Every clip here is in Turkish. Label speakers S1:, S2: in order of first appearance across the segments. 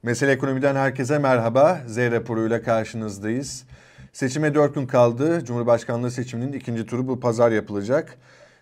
S1: Mesele Ekonomi'den herkese merhaba. Z raporuyla karşınızdayız. Seçime 4 gün kaldı. Cumhurbaşkanlığı seçiminin ikinci turu bu pazar yapılacak.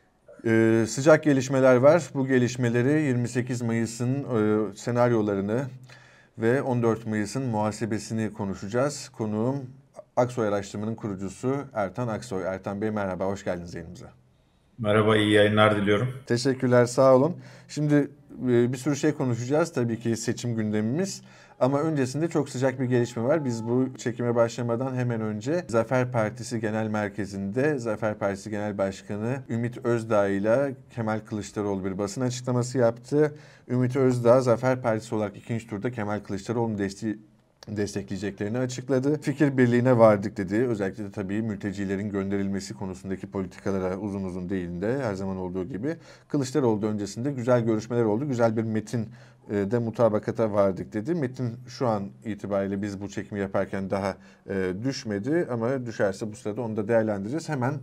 S1: Sıcak gelişmeler var. Bu gelişmeleri 28 Mayıs'ın senaryolarını ve 14 Mayıs'ın muhasebesini konuşacağız. Konuğum Aksoy Araştırma'nın kurucusu Ertan Aksoy. Ertan Bey merhaba, hoş geldiniz yayınımıza.
S2: Merhaba, iyi yayınlar diliyorum.
S1: Teşekkürler, sağ olun. Şimdi bir sürü şey konuşacağız tabii ki seçim gündemimiz. Ama öncesinde çok sıcak bir gelişme var. Biz bu çekime başlamadan hemen önce Zafer Partisi Genel Merkezi'nde Zafer Partisi Genel Başkanı Ümit Özdağ ile Kemal Kılıçdaroğlu bir basın açıklaması yaptı. Ümit Özdağ Zafer Partisi olarak ikinci turda Kemal Kılıçdaroğlu'nu destekleyeceklerini açıkladı. Fikir birliğine vardık dedi. Özellikle de tabii mültecilerin gönderilmesi konusundaki politikalara uzun uzun değil de her zaman olduğu gibi Kılıçdaroğlu öncesinde güzel görüşmeler oldu. Güzel bir metin de mutabakata vardık dedi. Metin şu an itibariyle biz bu çekimi yaparken daha düşmedi ama düşerse bu sırada onu da değerlendireceğiz. Hemen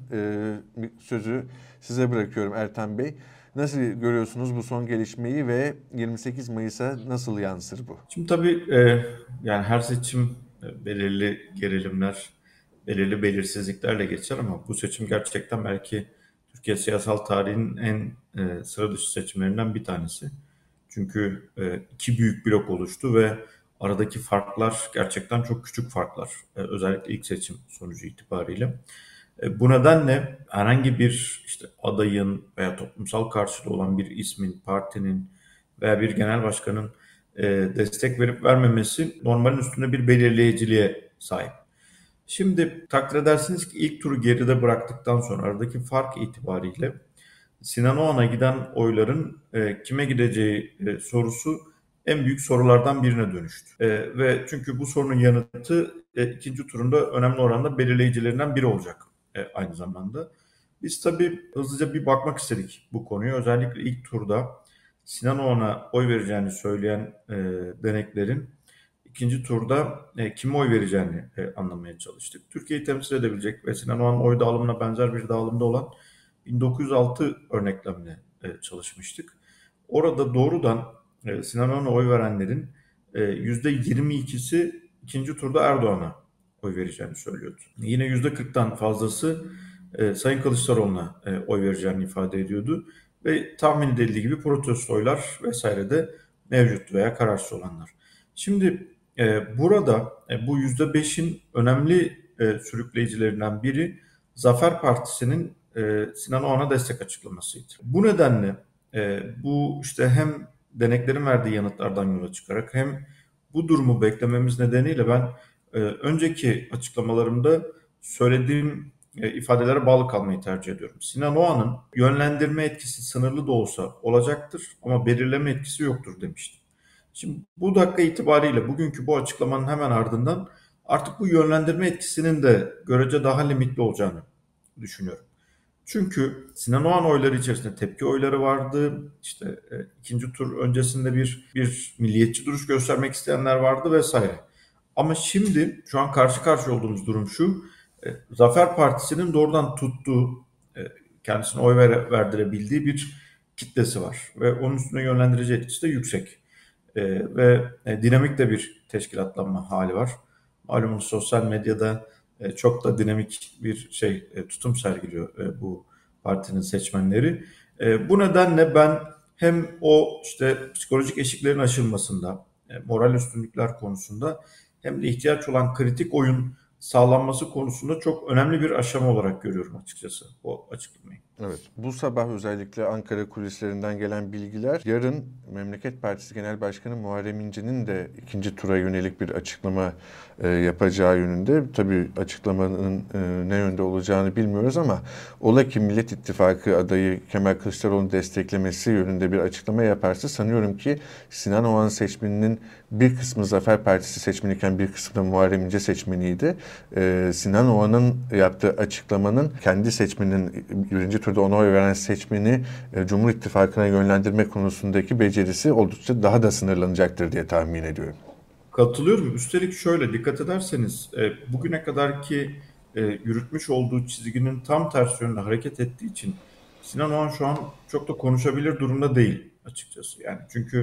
S1: sözü size bırakıyorum Ertan Bey. Nasıl görüyorsunuz bu son gelişmeyi ve 28 Mayıs'a nasıl yansır bu?
S2: Şimdi tabii yani her seçim belirli gerilimler, belirli belirsizliklerle geçer ama bu seçim gerçekten belki Türkiye siyasal tarihinin en sıra dışı seçimlerinden bir tanesi. Çünkü iki büyük blok oluştu ve aradaki farklar gerçekten çok küçük farklar. Özellikle ilk seçim sonucu itibariyle. Bu nedenle herhangi bir işte adayın veya toplumsal karşılığı olan bir ismin, partinin veya bir genel başkanın destek verip vermemesi normalin üstünde bir belirleyiciliğe sahip. Şimdi takdir edersiniz ki ilk turu geride bıraktıktan sonra aradaki fark itibariyle Sinan Oğan'a giden oyların kime gideceği sorusu en büyük sorulardan birine dönüştü. Ve çünkü bu sorunun yanıtı ikinci turunda önemli oranda belirleyicilerinden biri olacak aynı zamanda. Biz tabii hızlıca bir bakmak istedik bu konuya. Özellikle ilk turda Sinan Oğan'a oy vereceğini söyleyen deneklerin ikinci turda kime oy vereceğini anlamaya çalıştık. Türkiye'yi temsil edebilecek ve Sinan Oğan'ın oy dağılımına benzer bir dağılımda olan 1906 örneklemle çalışmıştık. Orada doğrudan Sinan Oğan'a oy verenlerin %22'si ikinci turda Erdoğan'a oy vereceğini söylüyordu. Yine %40'tan fazlası Sayın Kılıçdaroğlu'na oy vereceğini ifade ediyordu. Ve tahmin edildiği gibi protestoylar vesaire de mevcut veya kararsız olanlar. Şimdi burada bu %5'in önemli sürükleyicilerinden biri Zafer Partisi'nin Sinan Oğan'a destek açıklamasıydı. Bu nedenle bu işte hem deneklerin verdiği yanıtlardan yola çıkarak hem bu durumu beklememiz nedeniyle ben önceki açıklamalarımda söylediğim ifadelere bağlı kalmayı tercih ediyorum. Sinan Oğan'ın yönlendirme etkisi sınırlı da olsa olacaktır ama belirleme etkisi yoktur demiştim. Şimdi bu dakika itibariyle bugünkü bu açıklamanın hemen ardından artık bu yönlendirme etkisinin de görece daha limitli olacağını düşünüyorum. Çünkü Sinan Oğan oyları içerisinde tepki oyları vardı. İşte ikinci tur öncesinde bir milliyetçi duruş göstermek isteyenler vardı vesaire. Ama şimdi şu an karşı karşıya olduğumuz durum şu. Zafer Partisi'nin doğrudan tuttuğu, e, kendisine oy verdirebildiği bir kitlesi var. Ve onun üstüne yönlendirici etkisi de yüksek. Ve dinamik de bir teşkilatlanma hali var. Malumunuz sosyal medyada çok da dinamik bir tutum sergiliyor bu partinin seçmenleri. Bu nedenle ben hem o işte psikolojik eşiklerin aşılmasında, moral üstünlükler konusunda hem de ihtiyaç olan kritik oyun sağlanması konusunda çok önemli bir aşama olarak görüyorum açıkçası o açıklamayı.
S1: Evet, bu sabah özellikle Ankara kulislerinden gelen bilgiler yarın Memleket Partisi Genel Başkanı Muharrem İnce'nin de ikinci tura yönelik bir açıklama yapacağı yönünde. Tabii açıklamanın ne yönde olacağını bilmiyoruz ama ola ki Millet İttifakı adayı Kemal Kılıçdaroğlu'nu desteklemesi yönünde bir açıklama yaparsa sanıyorum ki Sinan Oğan seçmeninin bir kısmı Zafer Partisi seçmeniyken bir kısmı da Muharrem İnce seçmeniydi. Sinan Oğan'ın yaptığı açıklamanın kendi seçmeninin birinci turda ona oy veren seçmeni Cumhur İttifakı'na yönlendirme konusundaki becerisi oldukça daha da sınırlanacaktır diye tahmin ediyorum.
S2: Katılıyorum. Üstelik şöyle dikkat ederseniz bugüne kadarki yürütmüş olduğu çizginin tam tersi yönde hareket ettiği için Sinan Oğan şu an çok da konuşabilir durumda değil açıkçası. Yani çünkü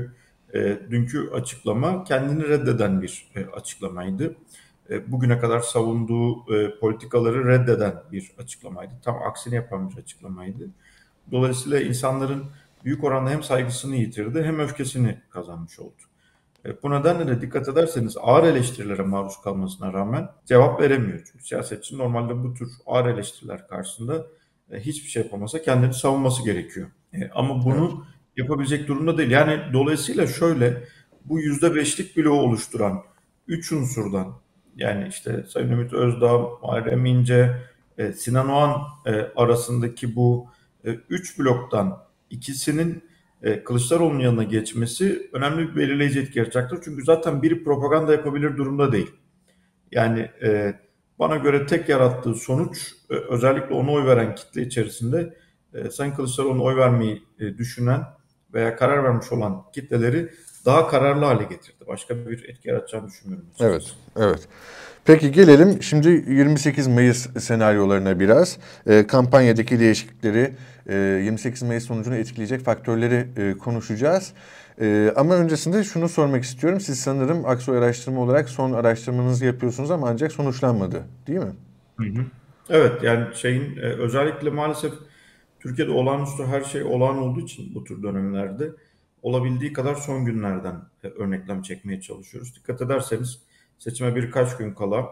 S2: Dünkü açıklama kendini reddeden bir açıklamaydı. Bugüne kadar savunduğu politikaları reddeden bir açıklamaydı. Tam aksini yapan bir açıklamaydı. Dolayısıyla insanların büyük oranda hem saygısını yitirdi hem öfkesini kazanmış oldu. Bu nedenle de dikkat ederseniz ağır eleştirilere maruz kalmasına rağmen cevap veremiyor. Çünkü siyasetçi normalde bu tür ağır eleştiriler karşısında hiçbir şey yapamasa kendini savunması gerekiyor. Ama
S1: Evet.
S2: bunu yapabilecek durumda değil. Yani dolayısıyla şöyle, bu %5'lik bloğu oluşturan 3 unsurdan, yani işte Sayın Ümit Özdağ, Muharrem İnce, Sinan Oğan arasındaki bu 3 bloktan ikisinin Kılıçdaroğlu'nun yanına geçmesi önemli bir belirleyici etki yaratacaktır. Çünkü zaten biri propaganda yapabilir durumda değil. Yani bana göre tek yarattığı sonuç, özellikle ona oy veren kitle içerisinde Sayın Kılıçdaroğlu'na oy vermeyi düşünen veya karar vermiş olan kitleleri daha kararlı hale getirdi. Başka bir etki yaratacağını düşünmüyorum
S1: Evet,
S2: açıkçası.
S1: evet. Peki gelelim şimdi 28 Mayıs senaryolarına biraz. Kampanyadaki değişiklikleri, 28 Mayıs sonucunu etkileyecek faktörleri konuşacağız. Ama öncesinde şunu sormak istiyorum. Siz sanırım Aksoy Araştırma olarak son araştırmanızı yapıyorsunuz ama ancak sonuçlanmadı, değil mi?
S2: Hı hı. Evet, yani özellikle maalesef Türkiye'de olağanüstü her şey olağan olduğu için bu tür dönemlerde olabildiği kadar son günlerden örneklem çekmeye çalışıyoruz. Dikkat ederseniz seçime birkaç gün kala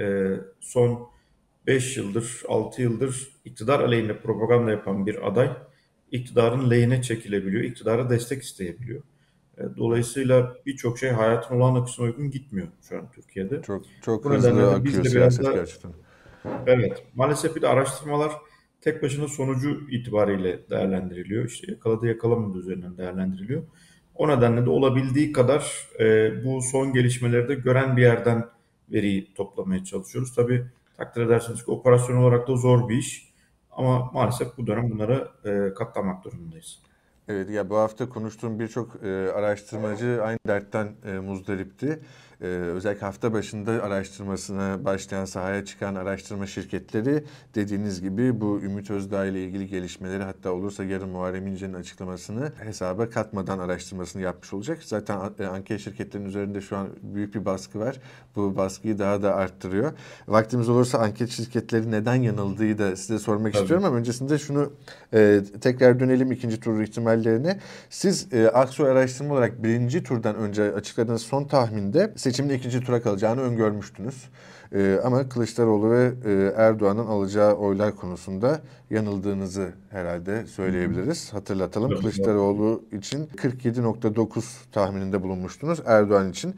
S2: son 5 yıldır, 6 yıldır iktidar aleyhine propaganda yapan bir aday iktidarın lehine çekilebiliyor, iktidara destek isteyebiliyor. Dolayısıyla birçok şey hayatın olağan akışına uygun gitmiyor şu an Türkiye'de.
S1: Çok çok
S2: Bu nedenle
S1: hızlı
S2: de biz
S1: akıyor
S2: de biraz
S1: siyaset
S2: da
S1: gerçekten.
S2: evet, maalesef bir de araştırmalar tek başına sonucu itibariyle değerlendiriliyor. İşte yakaladı yakalamadı üzerinden değerlendiriliyor. O nedenle de olabildiği kadar bu son gelişmeleri de gören bir yerden veriyi toplamaya çalışıyoruz. Tabii takdir edersiniz ki operasyon olarak da zor bir iş. Ama maalesef bu dönem bunlara katlanmak durumundayız.
S1: Evet, ya bu hafta konuştuğum birçok araştırmacı aynı dertten muzdaripti. Özellikle hafta başında araştırmasına başlayan, sahaya çıkan araştırma şirketleri dediğiniz gibi bu Ümit Özdağ ile ilgili gelişmeleri, hatta olursa yarın Muharrem İnce'nin açıklamasını hesaba katmadan araştırmasını yapmış olacak. Zaten anket şirketlerinin üzerinde şu an büyük bir baskı var. Bu baskıyı daha da arttırıyor. Vaktimiz olursa anket şirketleri neden yanıldığı da size sormak
S2: Tabii.
S1: istiyorum ama öncesinde şunu tekrar dönelim ikinci tur ihtimallerine. Siz Aksoy Araştırma olarak birinci turdan önce açıkladığınız son tahminde seçimin ikinci tura kalacağını öngörmüştünüz. Ama Kılıçdaroğlu ve Erdoğan'ın alacağı oylar konusunda yanıldığınızı herhalde
S2: Hı hı.
S1: söyleyebiliriz. Hatırlatalım.
S2: Tabii, doğru.
S1: Kılıçdaroğlu için 47,9 tahmininde bulunmuştunuz. Erdoğan için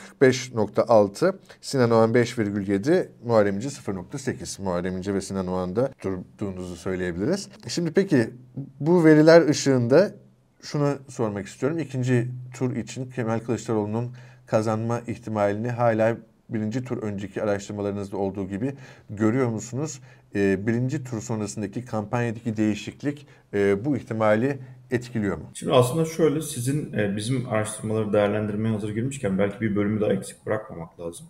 S1: 45,6, Sinan Oğan 5,7, Muharrem İnce 0,8. Muharrem İnce ve Sinan Oğan'da durduğunuzu söyleyebiliriz. Şimdi peki bu veriler ışığında şunu sormak istiyorum. İkinci tur için Kemal Kılıçdaroğlu'nun kazanma ihtimalini hala birinci tur önceki araştırmalarınızda olduğu gibi görüyor musunuz? Birinci tur sonrasındaki kampanyadaki değişiklik bu ihtimali etkiliyor mu?
S2: Şimdi aslında şöyle, sizin bizim araştırmaları değerlendirmeye hazır girmişken belki bir bölümü daha eksik bırakmamak lazım.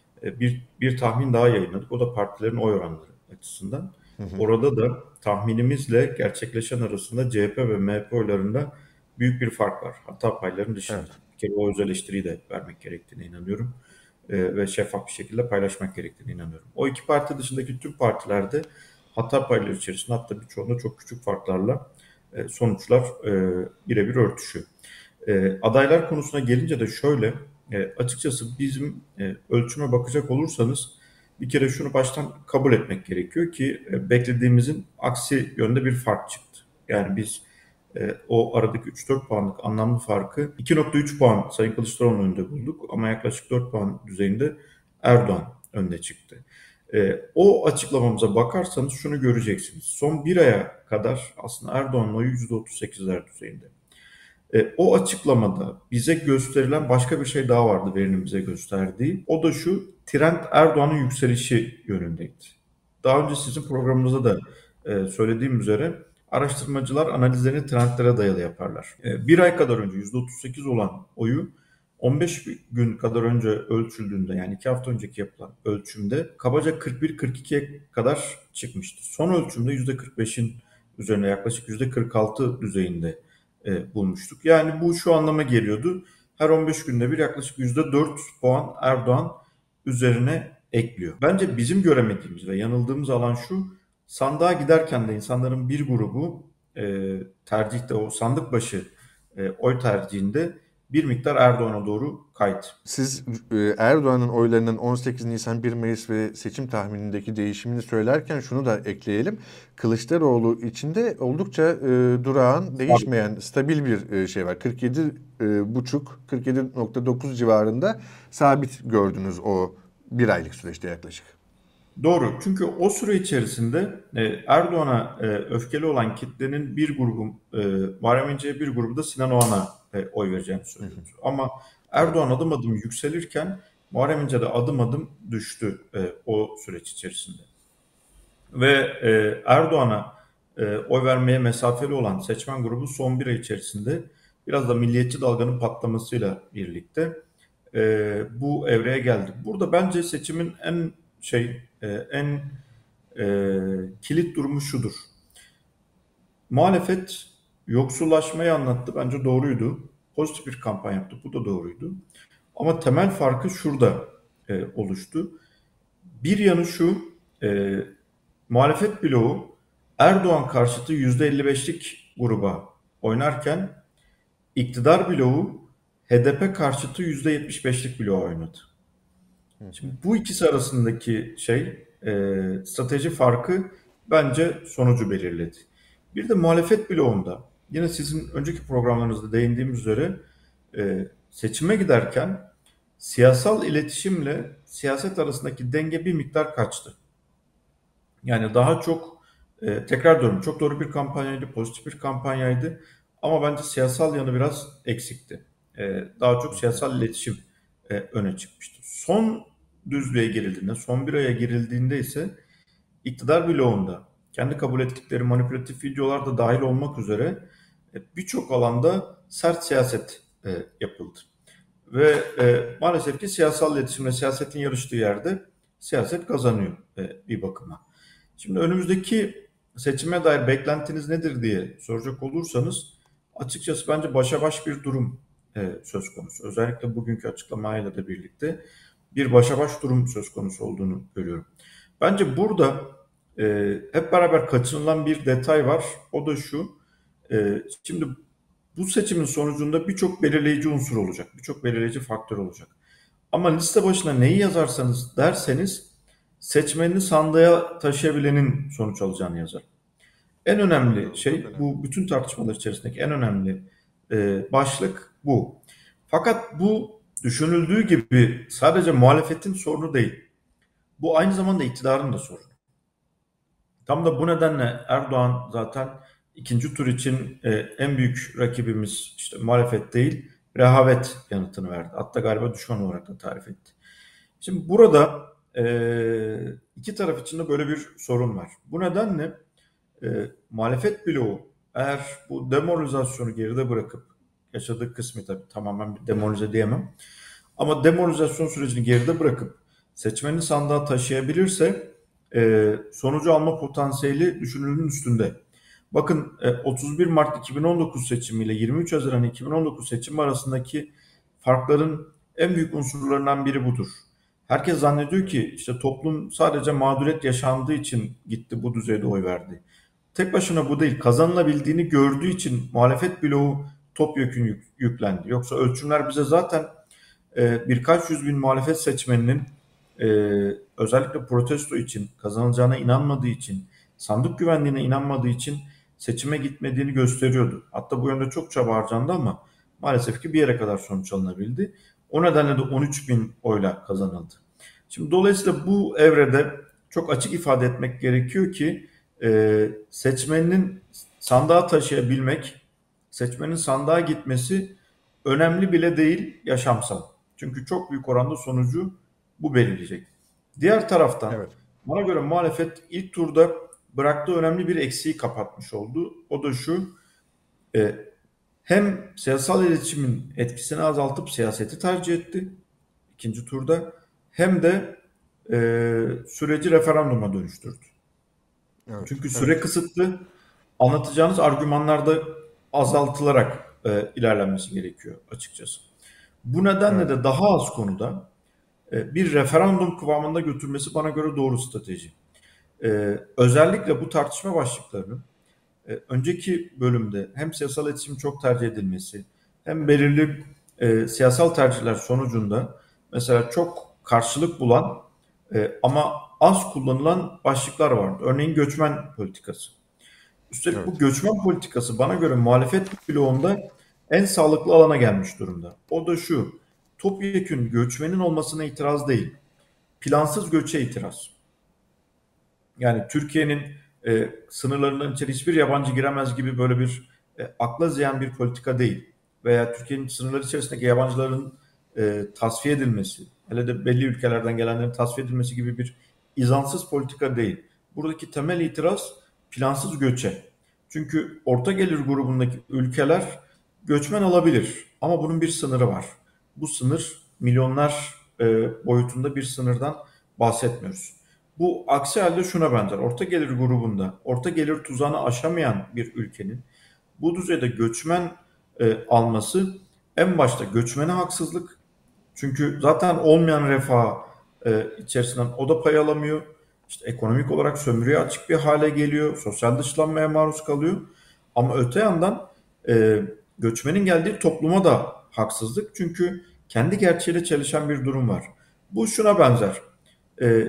S2: Bir tahmin daha yayınladık. O da partilerin oy oranları açısından.
S1: Hı hı.
S2: Orada da tahminimizle gerçekleşen arasında CHP ve MHP oylarında büyük bir fark var. Hata paylarının dışında.
S1: Evet.
S2: Bir kere o öz eleştiriyi de vermek gerektiğine inanıyorum. Ve şeffaf bir şekilde paylaşmak gerektiğine inanıyorum. O iki parti dışındaki tüm partilerde hata payları içerisinde, hatta birçoğunda çok küçük farklarla sonuçlar birebir örtüşüyor. Adaylar konusuna gelince de şöyle, açıkçası bizim ölçüme bakacak olursanız bir kere şunu baştan kabul etmek gerekiyor ki beklediğimizin aksi yönde bir fark çıktı. Yani biz o aradaki 3-4 puanlık anlamlı farkı 2,3 puan Sayın Kılıçdaroğlu'nun önünde bulduk ama yaklaşık 4 puan düzeyinde Erdoğan önde çıktı. O açıklamamıza bakarsanız şunu göreceksiniz. Son bir aya kadar aslında Erdoğan'ın oyu %38'ler düzeyinde. O açıklamada bize gösterilen başka bir şey daha vardı, verinin bize gösterdiği. O da şu: trend Erdoğan'ın yükselişi yönündeydi. Daha önce sizin programınızda da söylediğim üzere araştırmacılar analizlerini trendlere dayalı yaparlar. Bir ay kadar önce %38 olan oyu 15 gün kadar önce ölçüldüğünde, yani 2 hafta önceki yapılan ölçümde kabaca 41-42'ye kadar çıkmıştı. Son ölçümde %45'in üzerine yaklaşık %46 düzeyinde bulmuştuk. Yani bu şu anlama geliyordu: her 15 günde bir yaklaşık %4 puan Erdoğan üzerine ekliyor. Bence bizim göremediğimiz ve yanıldığımız alan şu: sandığa giderken de insanların bir grubu tercihte, o sandık başı oy tercihinde bir miktar Erdoğan'a doğru kaydı.
S1: Siz Erdoğan'ın oylarının 18 Nisan 1 Mayıs ve seçim tahminindeki değişimini söylerken şunu da ekleyelim. Kılıçdaroğlu içinde oldukça durağan, değişmeyen, stabil bir şey var. 47,5-47,9 civarında sabit gördünüz o bir aylık süreçte yaklaşık.
S2: Doğru. Çünkü o süre içerisinde Erdoğan'a öfkeli olan kitlenin bir grubu, Muharrem İnce'ye bir grubu da Sinan Oğan'a oy vereceğini söylüyordu. Ama Erdoğan adım adım yükselirken Muharrem İnce de adım adım düştü o süreç içerisinde. Ve Erdoğan'a oy vermeye mesafeli olan seçmen grubu son bir ay içerisinde biraz da milliyetçi dalganın patlamasıyla birlikte bu evreye geldi. Burada bence seçimin en kilit durumu şudur: muhalefet yoksullaşmayı anlattı. Bence doğruydu. Pozitif bir kampanya yaptı. Bu da doğruydu. Ama temel farkı şurada oluştu. Bir yanı şu: e, muhalefet bloğu Erdoğan karşıtı %55'lik gruba oynarken iktidar bloğu HDP karşıtı %75'lik bloğa oynadı. Şimdi bu ikisi arasındaki strateji farkı bence sonucu belirledi. Bir de muhalefet bloğunda yine sizin önceki programlarınızda değindiğimiz üzere seçime giderken siyasal iletişimle siyaset arasındaki denge bir miktar kaçtı. Yani daha çok tekrar diyorum, çok doğru bir kampanyaydı, pozitif bir kampanyaydı ama bence siyasal yanı biraz eksikti. Daha çok siyasal iletişim öne çıkmıştı. Son düzlüğe girildiğinde, son bir aya girildiğinde ise iktidar bloğunda kendi kabul ettikleri manipülatif videolar da dahil olmak üzere birçok alanda sert siyaset yapıldı. Ve maalesef ki siyasal iletişimle siyasetin yarıştığı yerde siyaset kazanıyor bir bakıma. Şimdi önümüzdeki seçime dair beklentiniz nedir diye soracak olursanız, açıkçası bence başa baş bir durum söz konusu. Özellikle bugünkü açıklamayla da birlikte bir başa baş durum söz konusu olduğunu görüyorum. Bence burada hep beraber kaçınılan bir detay var. O da şu: şimdi bu seçimin sonucunda birçok belirleyici unsur olacak, birçok belirleyici faktör olacak. Ama liste başına neyi yazarsanız derseniz seçmenini sandığa taşıyabilenin sonuç alacağını yazar. En önemli şey, bu bütün tartışmalar içerisindeki en önemli başlık bu. Fakat bu düşünüldüğü gibi sadece muhalefetin sorunu değil. Bu aynı zamanda iktidarın da sorunu. Tam da bu nedenle Erdoğan zaten ikinci tur için en büyük rakibimiz işte muhalefet değil, rehavet yanıtını verdi. Hatta galiba düşman olarak da tarif etti. Şimdi burada iki taraf için de böyle bir sorun var. Bu nedenle muhalefet bloğu eğer bu demoralizasyonu geride bırakıp, yaşadığı kısmı tabii tamamen bir demoralize diyemem, ama demoralizasyon sürecini geride bırakıp seçmeni sandığa taşıyabilirse sonucu alma potansiyeli düşünüldüğünün üstünde. Bakın 31 Mart 2019 seçimi ile 23 Haziran 2019 seçimi arasındaki farkların en büyük unsurlarından biri budur. Herkes zannediyor ki işte toplum sadece mağduriyet yaşandığı için gitti bu düzeyde oy verdi. Tek başına bu değil. Kazanılabildiğini gördüğü için muhalefet bloğu topyekün yüklendi. Yoksa ölçümler bize zaten birkaç yüz bin muhalefet seçmeninin özellikle protesto için, kazanılacağına inanmadığı için, sandık güvenliğine inanmadığı için seçime gitmediğini gösteriyordu. Hatta bu yönde çok çaba harcandı ama maalesef ki bir yere kadar sonuç alınabildi. O nedenle de 13 bin oyla kazanıldı. Şimdi dolayısıyla bu evrede çok açık ifade etmek gerekiyor ki seçmeninin sandığa taşıyabilmek, seçmenin sandığa gitmesi önemli bile değil, yaşamsal. Çünkü çok büyük oranda sonucu bu belirleyecek. Diğer taraftan
S1: Evet.
S2: bana göre muhalefet ilk turda bıraktığı önemli bir eksiği kapatmış oldu. O da şu: hem siyasal iletişimin etkisini azaltıp siyaseti tercih etti ikinci turda, hem de süreci referanduma dönüştürdü.
S1: Evet.
S2: Çünkü süre kısıtlı, anlatacağınız argümanlar da azaltılarak ilerlenmesi gerekiyor açıkçası. Bu nedenle
S1: Evet.
S2: de daha az konuda bir referandum kıvamında götürmesi bana göre doğru strateji. Özellikle bu tartışma başlıklarının önceki bölümde hem siyasal iletişim çok tercih edilmesi hem belirli siyasal tercihler sonucunda mesela çok karşılık bulan ama az kullanılan başlıklar vardı. Örneğin göçmen politikası. Üstelik bu
S1: Evet.
S2: göçmen politikası bana göre muhalefet bloğunda en sağlıklı alana gelmiş durumda. O da şu: topyekün göçmenin olmasına itiraz değil, plansız göçe itiraz. Yani Türkiye'nin sınırlarından içeri hiçbir yabancı giremez gibi böyle bir akla ziyan bir politika değil. Veya Türkiye'nin sınırları içerisindeki yabancıların tasfiye edilmesi, hele de belli ülkelerden gelenlerin tasfiye edilmesi gibi bir izansız politika değil. Buradaki temel itiraz plansız göçe. Çünkü orta gelir grubundaki ülkeler göçmen alabilir ama bunun bir sınırı var. Bu sınır milyonlar boyutunda bir sınırdan bahsetmiyoruz. Bu aksi halde şuna benzer. Orta gelir grubunda, orta gelir tuzağını aşamayan bir ülkenin bu düzeyde göçmen alması en başta göçmene haksızlık. Çünkü zaten olmayan refah içerisinden o da pay alamıyor. İşte ekonomik olarak sömürüye açık bir hale geliyor. Sosyal dışlanmaya maruz kalıyor. Ama öte yandan e, göçmenin geldiği topluma da haksızlık. Çünkü kendi gerçeğiyle çelişen bir durum var. Bu şuna benzer. E,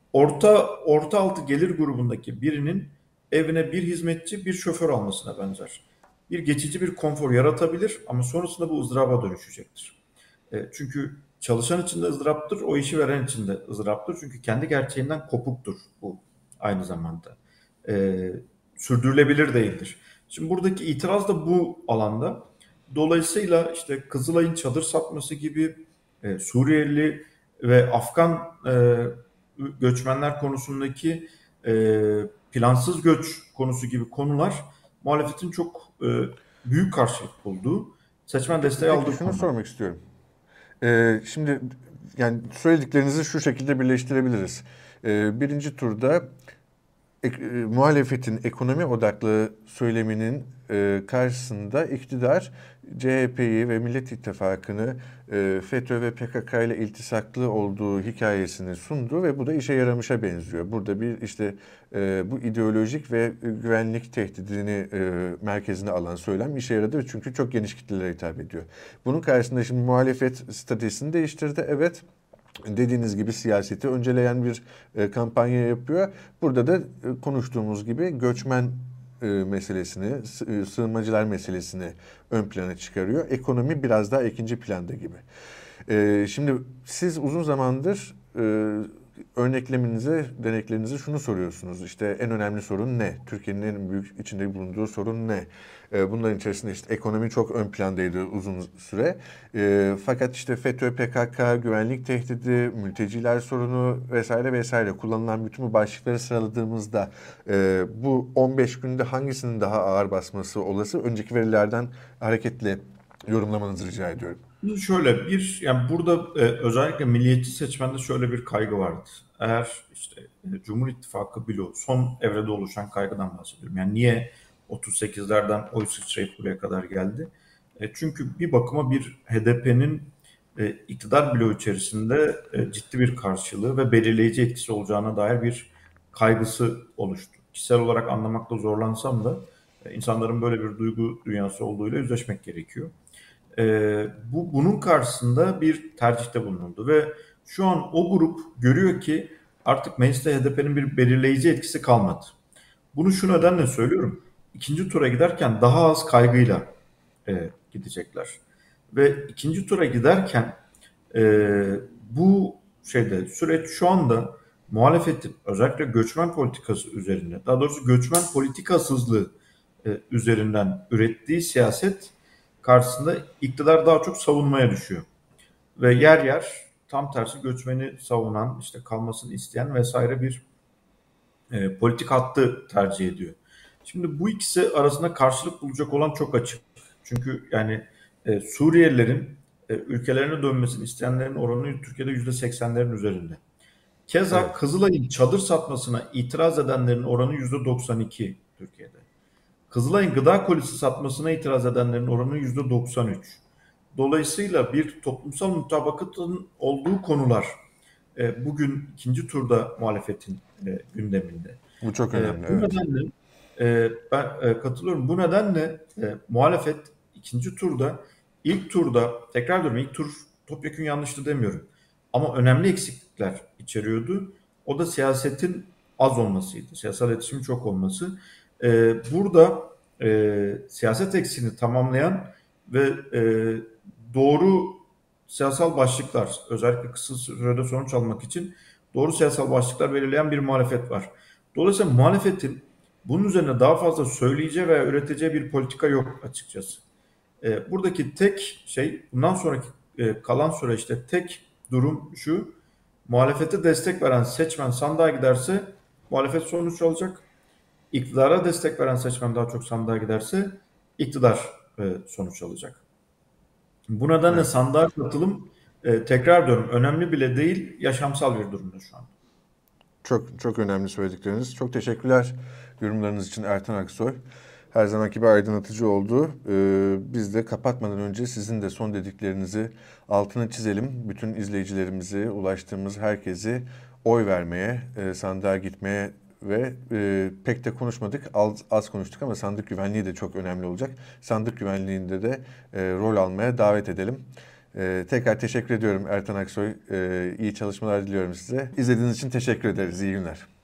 S2: orta altı gelir grubundaki birinin evine bir hizmetçi, bir şoför almasına benzer. Bir geçici bir konfor yaratabilir ama sonrasında bu ızdıraba dönüşecektir. Çünkü çalışan için de ızdıraptır, o işi veren için de ızdıraptır. Çünkü kendi gerçeğinden kopuktur bu aynı zamanda. E, Sürdürülebilir değildir. Şimdi buradaki itiraz da bu alanda. Dolayısıyla işte Kızılay'ın çadır satması gibi Suriyeli ve Afgan göçmenler konusundaki plansız göç konusu gibi konular muhalefetin çok büyük karşılık bulduğu, seçmen desteği
S1: Peki
S2: aldığı
S1: şunu
S2: konular.
S1: sormak istiyorum. Şimdi yani söylediklerinizi şu şekilde birleştirebiliriz. Birinci turda muhalefetin ekonomi odaklı söyleminin karşısında iktidar CHP'yi ve Millet İttifakı'nı FETÖ ve PKK ile iltisaklı olduğu hikayesini sundu ve bu da işe yaramışa benziyor. Burada bir işte bu ideolojik ve güvenlik tehdidini merkezine alan söylem işe yaradı çünkü çok geniş kitlelere hitap ediyor. Bunun karşısında şimdi muhalefet stratejisini değiştirdi. Evet. Dediğiniz gibi siyaseti önceleyen bir kampanya yapıyor. Burada da konuştuğumuz gibi göçmen meselesini, sığınmacılar meselesini ön plana çıkarıyor. Ekonomi biraz daha ikinci planda gibi. Şimdi siz uzun zamandır örneklemenize, deneklerinize şunu soruyorsunuz. İşte en önemli sorun ne? Türkiye'nin en büyük içinde bulunduğu sorun ne? Bunların içerisinde işte ekonomi çok ön plandaydı uzun süre. Fakat işte FETÖ, PKK, güvenlik tehdidi, mülteciler sorunu vesaire vesaire kullanılan bütün bu başlıkları sıraladığımızda bu 15 günde hangisinin daha ağır basması olası? Önceki verilerden hareketle yorumlamanızı rica ediyorum.
S2: Şimdi şöyle bir yani burada özellikle milliyetçi seçmende şöyle bir kaygı vardı. Eğer işte Cumhur İttifakı bloğu son evrede oluşan kaygıdan bahsediyorum. Yani niye 38'lerden oy sıçrayıp buraya kadar geldi? Çünkü bir bakıma bir HDP'nin iktidar bloğu içerisinde ciddi bir karşılığı ve belirleyici etkisi olacağına dair bir kaygısı oluştu. Kişisel olarak anlamakta zorlansam da insanların böyle bir duygu dünyası olduğuyla yüzleşmek gerekiyor. Bunun karşısında bir tercihte bulunuldu ve şu an o grup görüyor ki artık mecliste HDP'nin bir belirleyici etkisi kalmadı. Bunu şu nedenle söylüyorum. İkinci tura giderken daha az kaygıyla gidecekler. Ve ikinci tura giderken e, bu süreç şu anda muhalefetin özellikle göçmen politikası üzerinde, daha doğrusu göçmen politikasızlığı üzerinden ürettiği siyaset karşısında iktidar daha çok savunmaya düşüyor. Ve yer yer tam tersi göçmeni savunan, işte kalmasını isteyen vesaire bir politik hattı tercih ediyor. Şimdi bu ikisi arasında karşılık bulacak olan çok açık. Çünkü yani Suriyelilerin ülkelerine dönmesini isteyenlerin oranı Türkiye'de %80'lerin üzerinde. Keza
S1: Evet.
S2: Kızılay'ın çadır satmasına itiraz edenlerin oranı %92 Türkiye'de. Kızılay'ın gıda kolisi satmasına itiraz edenlerin oranı %93. Dolayısıyla bir toplumsal mutabakatın olduğu konular bugün ikinci turda muhalefetin gündeminde.
S1: Bu çok önemli,
S2: Bu
S1: evet.
S2: nedenle ben katılıyorum. Bu nedenle muhalefet ikinci turda, ilk turda, tekrar diyorum, ilk tur topyekun yanlıştı demiyorum. Ama önemli eksiklikler içeriyordu. O da siyasetin az olmasıydı. Siyasal iletişimin çok olması. Burada siyaset eksiğini tamamlayan ve doğru siyasal başlıklar, özellikle kısa sürede sonuç almak için doğru siyasal başlıklar belirleyen bir muhalefet var. Dolayısıyla muhalefetin bunun üzerine daha fazla söyleyeceği veya üreteceği bir politika yok açıkçası. Buradaki tek şey, bundan sonraki kalan süreçte tek durum şu: muhalefete destek veren seçmen sandığa giderse muhalefet sonuç alacak. İktidara destek veren seçmen daha çok sandığa giderse iktidar sonuç alacak. Bu nedenle
S1: Evet.
S2: sandığa katılım, tekrar diyorum, önemli bile değil, yaşamsal bir durumda şu an.
S1: Çok çok önemli söyledikleriniz. Çok teşekkürler yorumlarınız için Ertan Aksoy. Her zamanki gibi aydınlatıcı oldu. Biz de kapatmadan önce sizin de son dediklerinizi altını çizelim. Bütün izleyicilerimizi, ulaştığımız herkesi oy vermeye, sandığa gitmeye ve pek de konuşmadık, az konuştuk ama sandık güvenliği de çok önemli olacak. Sandık güvenliğinde de rol almaya davet edelim. Tekrar teşekkür ediyorum Ertan Aksoy. İyi çalışmalar diliyorum size. İzlediğiniz için teşekkür ederiz. İyi günler.